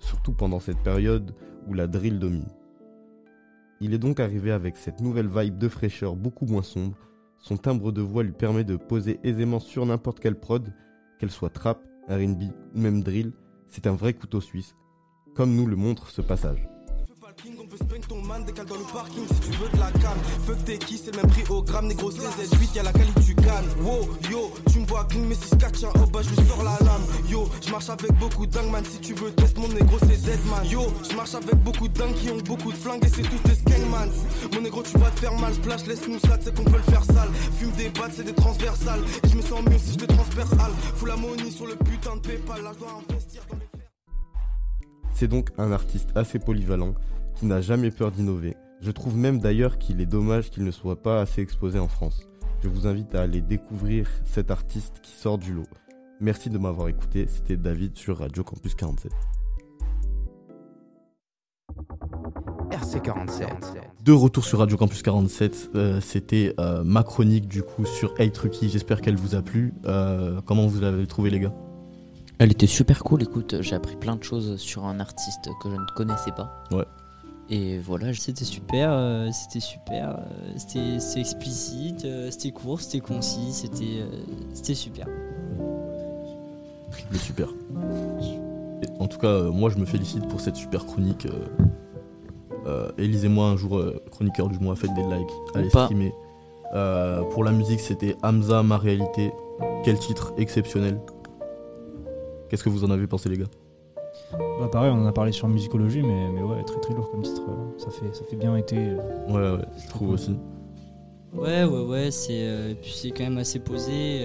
surtout pendant cette période où la drill domine. Il est donc arrivé avec cette nouvelle vibe de fraîcheur beaucoup moins sombre. Son timbre de voix lui permet de poser aisément sur n'importe quelle prod, qu'elle soit trap, R&B ou même drill. C'est un vrai couteau suisse, comme nous le montre ce passage. On peut spring ton man, décale dans le parking si tu veux de la canne. Fuck t'es qui, c'est le même prix au gramme, négro CZ8, y'a la qualité tu cannes. Wow, yo, tu me vois clean, mais si je catch un hop, bah je lui sors la lame. Yo, je marche avec beaucoup de dingues, man, si tu veux test mon négro c'est dead man. Yo, je marche avec beaucoup de dingues qui ont beaucoup de flingues et c'est tous des skangmans. Mon négro tu vas te faire mal, splash, laisse-nous ça, c'est qu'on peut le faire sale. Fume des battes, c'est des transversales, et je me sens mieux si je te transperce al. Fous la money sur le putain de Paypal, là je dois investir dans mes frères. C'est donc un artiste assez polyvalent, qui n'a jamais peur d'innover. Je trouve même d'ailleurs qu'il est dommage qu'il ne soit pas assez exposé en France. Je vous invite à aller découvrir cet artiste qui sort du lot. Merci de m'avoir écouté, c'était David sur Radio Campus 47. RC47. De retour sur Radio Campus 47, c'était ma chronique du coup sur Hey Trucky, j'espère qu'elle vous a plu. Comment vous l'avez trouvé les gars ? Elle était super cool, écoute, j'ai appris plein de choses sur un artiste que je ne connaissais pas. Ouais. Et voilà, c'était super, c'était explicite, c'était court, c'était concis, c'était super. Triple super. Et en tout cas, moi je me félicite pour cette super chronique. Élisez-moi un jour chroniqueur du mois, faites des likes, allez streamer. Pour la musique, c'était Hamza, Ma Réalité. Quel titre exceptionnel. Qu'est-ce que vous en avez pensé les gars ? Bah pareil, on en a parlé sur musicologie, mais ouais, très très lourd comme titre. Ça fait bien été. Ouais, je trouve aussi. Ouais, puis c'est quand même assez posé.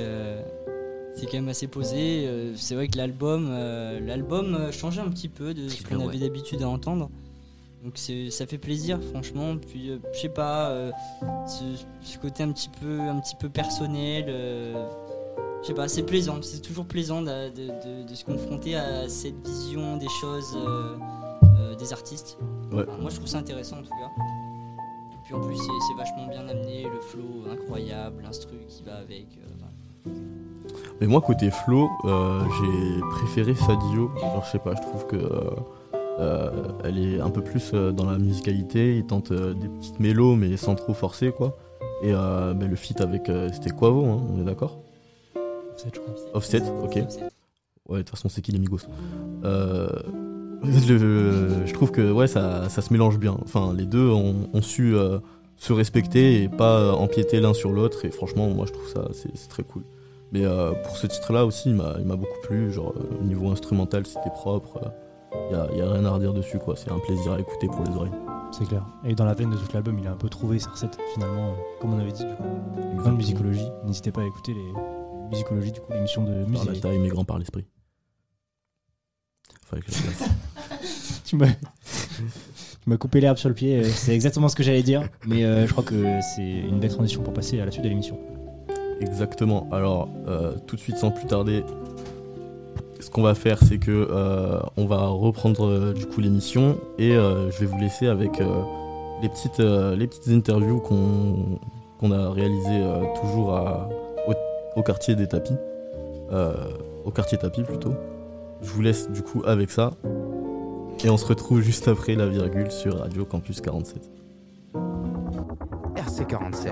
C'est vrai que l'album changeait un petit peu de ce qu'on avait d'habitude à entendre. Donc ça fait plaisir, franchement. Puis je sais pas, ce côté un petit peu personnel. Je sais pas, c'est plaisant, c'est toujours plaisant de se confronter à cette vision des choses des artistes. Ouais. Alors, moi je trouve ça intéressant en tout cas. Et puis en plus c'est vachement bien amené, le flow incroyable, l'instru qui va avec. Mais moi côté flow, j'ai préféré Sadio. Alors je sais pas, je trouve que elle est un peu plus dans la musicalité, il tente des petites mélos mais sans trop forcer quoi. Et le feat avec c'était Quavo, hein, on est d'accord ? Offset, ok. Ouais, de toute façon, c'est qui les Migos. Je trouve que ouais, ça se mélange bien. Enfin, les deux ont su se respecter et pas empiéter l'un sur l'autre. Et franchement, moi, je trouve ça c'est très cool. Mais pour ce titre-là aussi, il m'a beaucoup plu. Genre, au niveau instrumental, c'était propre. Y a rien à redire dessus, quoi. C'est un plaisir à écouter pour les oreilles. C'est clair. Et dans la veine de tout l'album, il a un peu trouvé sa recette, finalement, comme on avait dit, du coup. Grande musicologie. N'hésitez pas à écouter les musicologie, du coup, l'émission de musique. Par la taille, mais grand par l'esprit. Fallait que je le fasse. Tu m'as coupé l'herbe sur le pied, c'est exactement ce que j'allais dire, mais je crois que c'est une belle transition pour passer à la suite de l'émission. Exactement. Alors, tout de suite, sans plus tarder, ce qu'on va faire, c'est que on va reprendre du coup l'émission et je vais vous laisser avec les petites interviews qu'on a réalisées toujours au quartier des tapis, au quartier tapis plutôt. Je vous laisse du coup avec ça et on se retrouve juste après la virgule sur Radio Campus 47. RC47.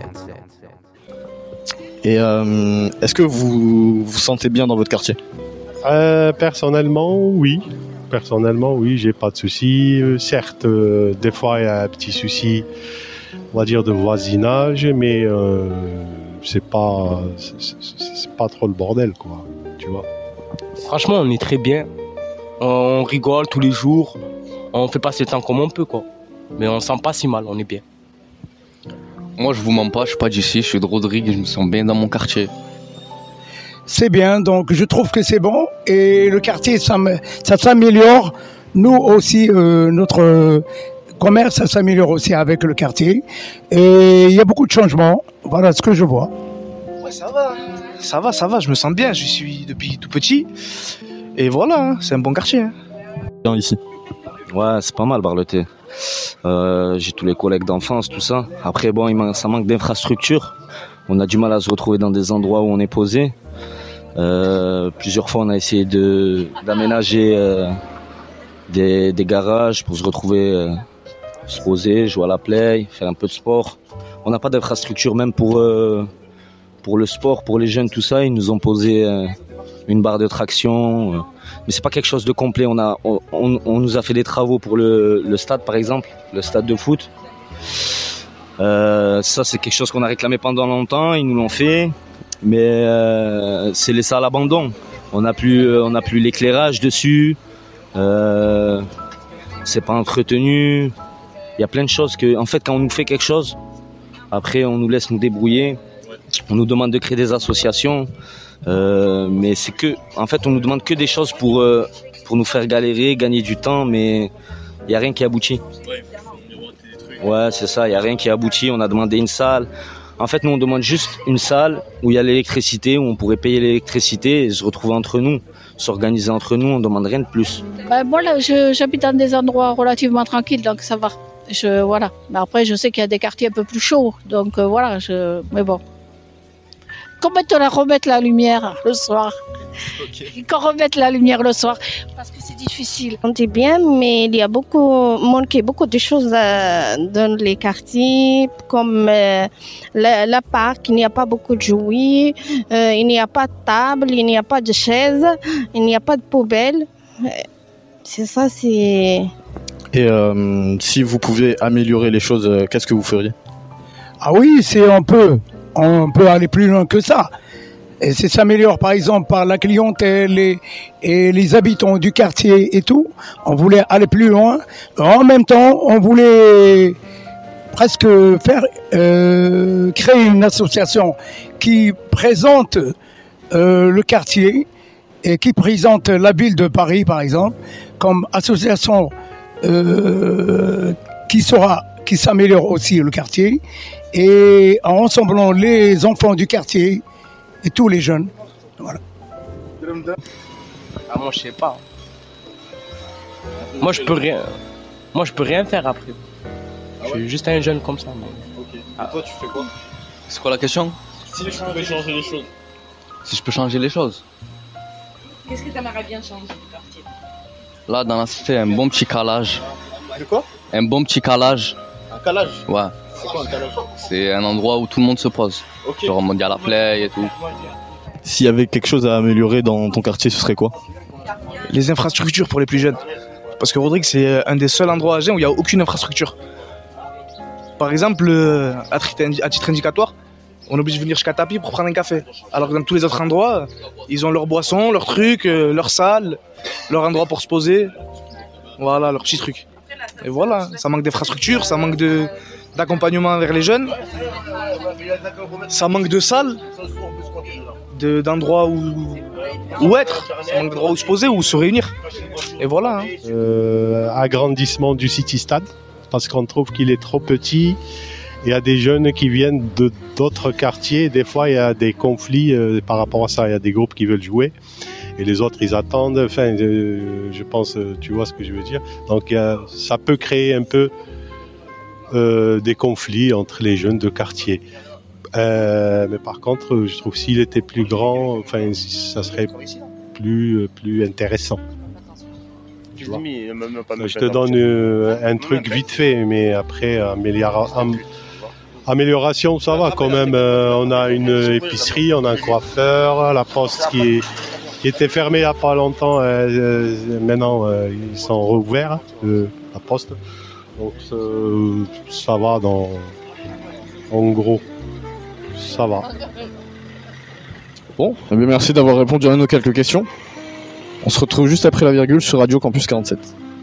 Et est-ce que vous vous sentez bien dans votre quartier ? Personnellement, oui. J'ai pas de soucis. Certes, des fois, il y a un petit souci, on va dire, de voisinage, mais c'est pas trop le bordel, quoi. Tu vois. Franchement, on est très bien. On rigole tous les jours. On fait passer le temps comme on peut, quoi. Mais on se sent pas si mal, on est bien. Moi, je vous mens pas, je suis pas d'ici, je suis de Rodrigue et je me sens bien dans mon quartier. C'est bien, donc je trouve que c'est bon et le quartier ça s'améliore. Nous aussi, notre commerce ça s'améliore aussi avec le quartier et il y a beaucoup de changements. Voilà ce que je vois. Ouais, ça va, je me sens bien. Je suis depuis tout petit et voilà, c'est un bon quartier. Bien ici. Ouais, c'est pas mal Barleté. J'ai tous les collègues d'enfance, tout ça. Après, bon, ça manque d'infrastructures. On a du mal à se retrouver dans des endroits où on est posé. Plusieurs fois, on a essayé d'aménager des garages pour se retrouver, se poser, jouer à la play, faire un peu de sport. On n'a pas d'infrastructure même pour le sport, pour les jeunes, tout ça. Ils nous ont posé une barre de traction, mais c'est pas quelque chose de complet. On nous a fait des travaux pour le stade, par exemple, le stade de foot. Ça, c'est quelque chose qu'on a réclamé pendant longtemps. Ils nous l'ont fait, mais c'est laissé à l'abandon. On n'a plus l'éclairage dessus. C'est pas entretenu. Il y a plein de choses que, en fait, quand on nous fait quelque chose, après on nous laisse nous débrouiller. On nous demande de créer des associations, mais c'est que, en fait, on nous demande que des choses pour nous faire galérer, gagner du temps, mais il y a rien qui aboutit. Ouais, c'est ça. Il y a rien qui aboutit. On a demandé une salle. En fait, nous, on demande juste une salle où il y a l'électricité, où on pourrait payer l'électricité et se retrouver entre nous, s'organiser entre nous. On demande rien de plus. Moi, là, j'habite dans des endroits relativement tranquilles, donc ça va. Voilà. Mais après, je sais qu'il y a des quartiers un peu plus chauds, donc voilà. Mais bon. Qu'on remette la lumière le soir. Okay. Qu'on remette la lumière le soir, parce que c'est difficile. On dit bien, mais il y a manqué beaucoup de choses dans les quartiers, comme la parc, il n'y a pas beaucoup de jouets, il n'y a pas de table, il n'y a pas de chaise, il n'y a pas de poubelle. C'est ça, c'est... Et si vous pouviez améliorer les choses, qu'est-ce que vous feriez? Ah oui, on peut aller plus loin que ça. Et ça s'améliore par exemple par la clientèle et les habitants du quartier et tout. On voulait aller plus loin. En même temps, on voulait presque créer une association qui présente le quartier et qui présente la ville de Paris par exemple comme association qui s'améliore aussi le quartier, et en rassemblant les enfants du quartier et tous les jeunes. Voilà. Ah, moi je sais pas. Moi je peux rien faire après. Je suis juste un jeune comme ça. Ok. Et toi tu fais quoi? C'est quoi la question? Si je pouvais changer les choses. Si je peux changer les choses. Qu'est-ce que tu aimerais bien changer du quartier? Là dans la cité, un bon petit calage. De quoi? Un bon petit calage. Un calage? Ouais. C'est quoi un calage? C'est un endroit où tout le monde se pose. Okay. Genre mondial à play et tout. S'il y avait quelque chose à améliorer dans ton quartier, ce serait quoi? Les infrastructures pour les plus jeunes. Parce que Rodrigue, c'est un des seuls endroits à Agen où il n'y a aucune infrastructure. Par exemple, à titre indicatoire, on est obligé de venir jusqu'à Tapi pour prendre un café. Alors que dans tous les autres endroits, ils ont leur boisson, leur truc, leur salle, leur endroit pour se poser. Voilà, leur petit truc. Et voilà, ça manque d'infrastructures, ça manque d'accompagnement vers les jeunes. Ça manque de salles, d'endroits où être, ça manque d'endroits où se poser, où se réunir. Et voilà. Agrandissement du City Stade, parce qu'on trouve qu'il est trop petit. Il y a des jeunes qui viennent d'autres quartiers. Des fois, il y a des conflits par rapport à ça. Il y a des groupes qui veulent jouer et les autres, ils attendent. Enfin, je pense, tu vois ce que je veux dire. Donc, ça peut créer un peu des conflits entre les jeunes de quartier. Mais par contre, je trouve s'il était plus grand, enfin, ça serait plus intéressant. Tu vois. Je te donne un truc vite fait, mais après, amélioration, ça va quand même. On a une épicerie, on a un coiffeur, la poste qui était fermée il n'y a pas longtemps. Maintenant, ils sont rouverts, la poste. Donc, ça va en gros. Ça va. Bon, eh bien merci d'avoir répondu à nos quelques questions. On se retrouve juste après la virgule sur Radio Campus 47.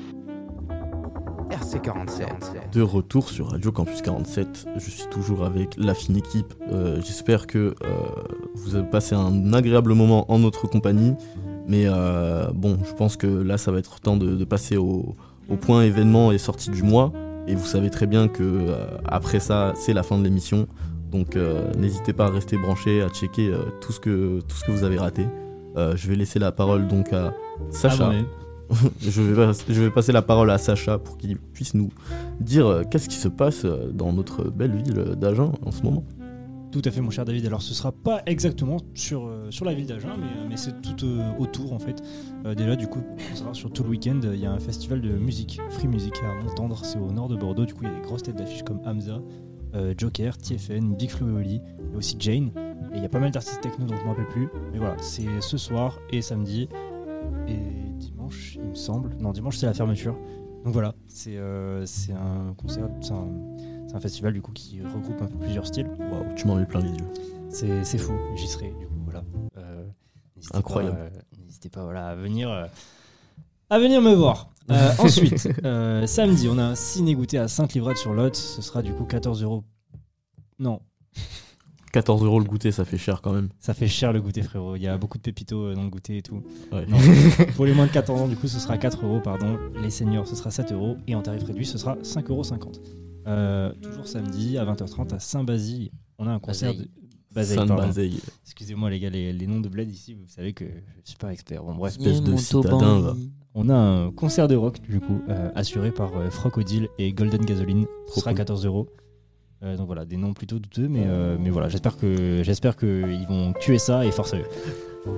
RC47. De retour sur Radio Campus 47, je suis toujours avec la fine équipe. J'espère que vous avez passé un agréable moment en notre compagnie. Mais bon, je pense que là, ça va être temps de passer au point événement et sortie du mois. Et vous savez très bien que après ça, c'est la fin de l'émission. Donc n'hésitez pas à rester branchés, à checker tout ce que vous avez raté. Je vais laisser la parole donc à Sacha. Je vais passer la parole à Sacha pour qu'il puisse nous dire qu'est-ce qui se passe dans notre belle ville d'Agen en ce moment. Tout à fait, mon cher David. Alors, ce sera pas exactement sur la ville d'Agen, mais c'est tout autour en fait. Déjà, du coup, on sera sur tout le week-end. Il y a un festival de musique, Free Music à Montendre. C'est au nord de Bordeaux. Du coup, il y a des grosses têtes d'affiches comme Hamza, Joker, TFN, Big Flo et Oli, et aussi Jane. Et il y a pas mal d'artistes techno dont je me rappelle plus. Mais voilà, c'est ce soir et samedi et dimanche, il me semble. Non, dimanche c'est la fermeture. Donc voilà, c'est un concert, c'est un festival du coup qui regroupe un peu plusieurs styles. Waouh, tu m'en mets plein les yeux. C'est fou, j'y serai du coup, voilà. Incroyable. N'hésitez pas voilà, à venir me voir. Ensuite, samedi, on a un ciné-goûter à Sainte-Livrade-sur-Lot. Ce sera du coup 14 €. Non. 14 € le goûter, ça fait cher quand même. Ça fait cher le goûter, frérot. Il y a beaucoup de pépitos dans le goûter et tout. Ouais. Non, pour les moins de 14 ans, du coup, ce sera 4 €, pardon. Les seniors, ce sera 7 €. Et en tarif réduit, ce sera 5,50 €. Toujours samedi, à 20h30, à Saint-Basile, on a un concert de... Sainte-Bazeille. Excusez-moi les gars, les noms de bled ici, vous savez que je suis pas expert. Bon bref, espèce de citadin va. On a un concert de rock du coup, assuré par Frocodile et Golden Gasoline. Ce sera 14 €. Donc voilà, des noms plutôt douteux, mais voilà, j'espère qu'ils vont tuer ça et force à eux.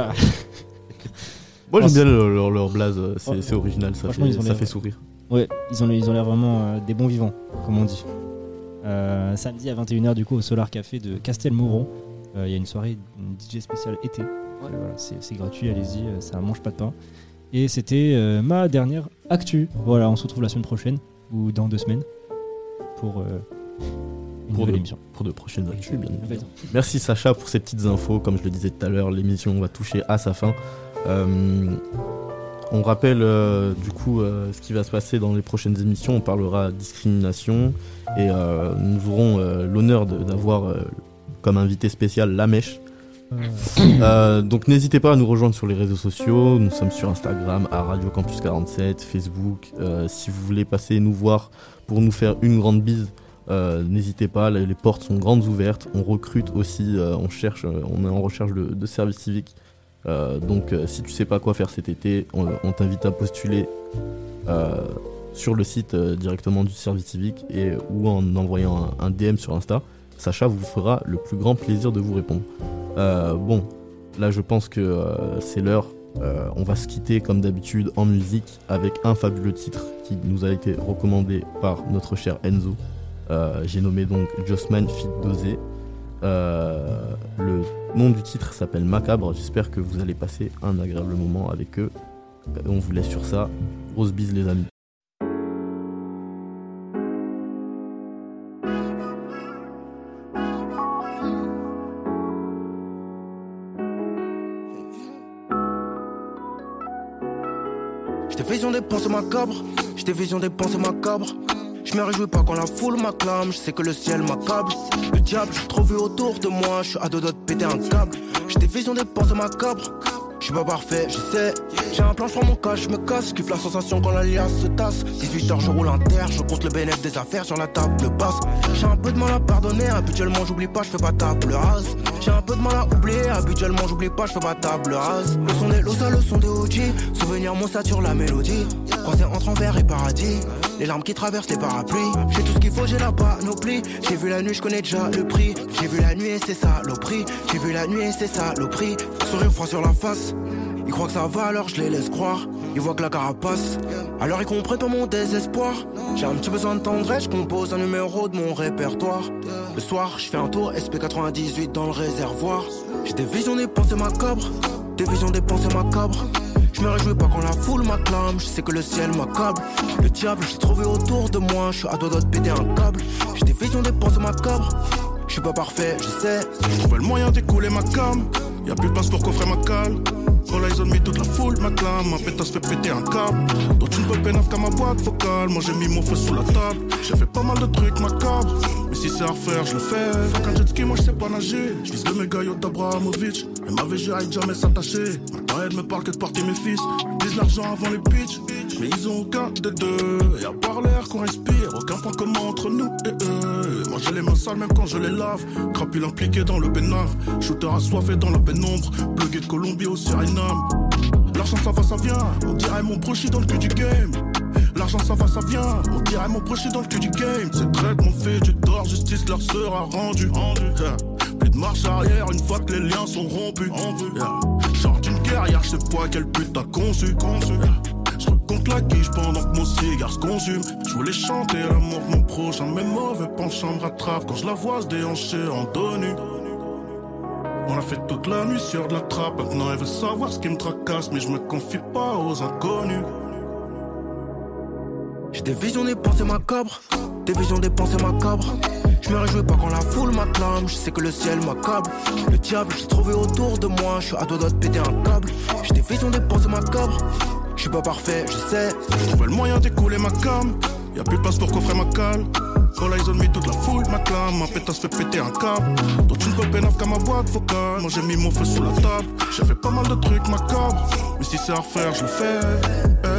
Moi j'aime bien leur blaze, c'est original, ça fait sourire. Ouais, ils ont l'air vraiment des bons vivants, comme on dit. Samedi à 21h du coup au Solar Café de Castelmauron, il y a une soirée, une DJ spéciale été. Voilà, c'est gratuit, allez-y, ça mange pas de pain. Et c'était ma dernière actu. Voilà, on se retrouve la semaine prochaine ou dans 2 semaines pour une nouvelle émission. Pour de prochaines actus, bien évidemment. Merci Sacha pour ces petites infos. Comme je le disais tout à l'heure, l'émission va toucher à sa fin. On rappelle du coup ce qui va se passer dans les prochaines émissions. On parlera discrimination et nous aurons l'honneur d'avoir comme invité spécial La Mèche. Donc n'hésitez pas à nous rejoindre sur les réseaux sociaux. Nous sommes sur Instagram à Radio Campus 47, Facebook. Si vous voulez passer nous voir pour nous faire une grande bise, n'hésitez pas, les portes sont grandes ouvertes. On recrute aussi, on est en recherche de service civique. Donc si tu sais pas quoi faire cet été, on t'invite à postuler sur le site directement du service civique ou en envoyant un DM sur Insta. Sacha vous fera le plus grand plaisir de vous répondre. Bon, là je pense que c'est l'heure. On va se quitter comme d'habitude en musique avec un fabuleux titre qui nous a été recommandé par notre cher Enzo. J'ai nommé donc Jossman Fit Dosé. Le nom du titre s'appelle Macabre. J'espère que vous allez passer un agréable moment avec eux. On vous laisse sur ça. Grosse bise les amis. J't'ai vision des pensées macabres, j't'ai vision des pensées macabres. Je me réjouis pas quand la foule m'acclame, je sais que le ciel m'accable. Le diable, j'ai trop vu autour de moi, je suis à deux doigts de péter un câble. J'ai des visions des pensées macabres, je suis pas parfait, je sais. J'ai un plan, je prends mon cash, je me casse, kiffe la sensation quand l'alias se tasse. 18h, je roule inter, je compte le bénéfice des affaires sur la table basse. J'ai un peu de mal à pardonner, habituellement j'oublie pas, je fais pas table rase. J'ai un peu de mal à oublier, habituellement j'oublie pas, je fais pas table rase. Le son des Losa, le son des OG, souvenir mon sature la mélodie. Croisé entre envers et paradis, les larmes qui traversent les parapluies. J'ai tout ce qu'il faut, j'ai la panoplie. J'ai vu la nuit, je connais déjà le prix. J'ai vu la nuit et c'est saloperie. J'ai vu la nuit et c'est saloperie. Sourire froid sur la face. Ils croient que ça va alors je les laisse croire. Ils voient que la carapace, alors ils comprennent pas mon désespoir. J'ai un petit besoin de tendresse, je compose un numéro de mon répertoire. Le soir, je fais un tour SP98 dans le réservoir. J'ai des visions, des pensées macabres. Des visions, des pensées macabres. Je me réjouis pas quand la foule m'acclame, je sais que le ciel m'accable. Le diable, j'ai trouvé autour de moi, je suis à deux doigts de péter un câble. J'ai des visions, des pensées macabres. Je suis pas parfait, je sais. J'ai trouvé le moyen d'écouler ma cam. Y'a plus de place pour coffrer ma cale. Quand là ils ont mis toute la foule m'acclame. Ma pétasse fait péter un câble. Toi tu ne peux pénaf qu'à ma boîte vocale. Moi j'ai mis mon feu sous la table. J'ai fait pas mal de trucs macabres, mais si c'est à refaire je le fais. Fuck un jet ski, moi je sais pas nager. Je vise le méga yacht d'Abrahamovic. Elle m'avait juré à jamais s'attacher. Maintenant elle me parle que de porter mes fils. Ils disent l'argent avant les pitchs, mais ils ont aucun des deux. Et à part l'air qu'on respire, aucun point commun entre nous et eux. Moi j'ai les mains sales même quand je les lave. Crapule impliqué dans le bénave. Shooter assoiffé dans la pénombre. Plugué de Colombie au Suriname. L'argent ça va ça vient, on dirait mon brochi dans le cul du game. L'argent ça va, ça vient. On dirait mon proche dans le cul du game. C'est traitement fait, tu dors, justice leur sera rendue. Yeah. Plus de marche arrière une fois que les liens sont rompus. Yeah. Genre d'une guerrière, je sais pas quel but t'as conçu. Yeah. Je recompte la quiche pendant que mon cigare se consume. Je voulais chanter l'amour de mon prochain, mais mauvais penchant me rattrape quand je la vois se déhancher en dos nu. On a fait toute la nuit sur de la trappe. Maintenant elle veut savoir ce qui me tracasse, mais je me confie pas aux inconnus. J'ai des visions, des pensées macabres. Des visions, des pensées macabres. Je me réjouis pas quand la foule m'acclame. Je sais que le ciel m'accable. Le diable s'est trouvé autour de moi. Je suis à deux doigts de péter un câble. J'ai des visions, des pensées macabres. Je suis pas parfait, je sais. J'ai trouvé le moyen d'écouler ma cam. Y'a plus de place pour coffrer ma cale. All eyes on me, toute la foule m'acclame. Ma pétasse fait péter un câble. Toi tu ne peux pénaf qu'à ma boîte vocale. Moi j'ai mis mon feu sous la table. J'ai fait pas mal de trucs macabres, mais si c'est à refaire je le fais.